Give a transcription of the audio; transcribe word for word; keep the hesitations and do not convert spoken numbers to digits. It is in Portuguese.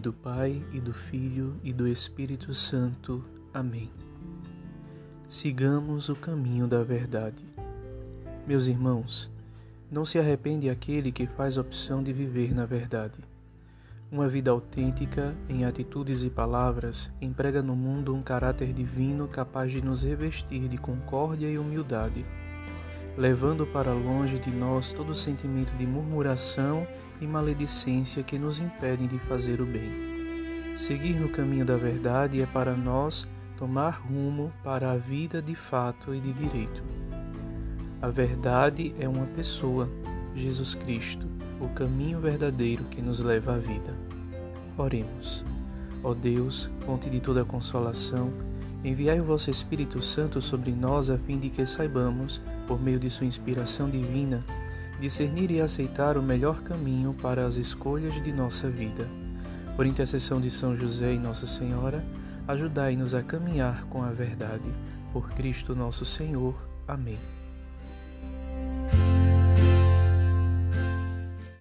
do Pai, e do Filho, e do Espírito Santo. Amém. Sigamos o caminho da verdade. Meus irmãos, não se arrepende aquele que faz opção de viver na verdade. Uma vida autêntica, em atitudes e palavras, emprega no mundo um caráter divino capaz de nos revestir de concórdia e humildade, levando para longe de nós todo sentimento de murmuração e maledicência que nos impedem de fazer o bem. Seguir no caminho da verdade é para nós tomar rumo para a vida de fato e de direito. A verdade é uma pessoa, Jesus Cristo, o caminho verdadeiro que nos leva à vida. Oremos. Ó Deus, fonte de toda consolação, enviai o vosso Espírito Santo sobre nós a fim de que saibamos, por meio de sua inspiração divina, discernir e aceitar o melhor caminho para as escolhas de nossa vida. Por intercessão de São José e Nossa Senhora, ajudai-nos a caminhar com a verdade. Por Cristo nosso Senhor. Amém.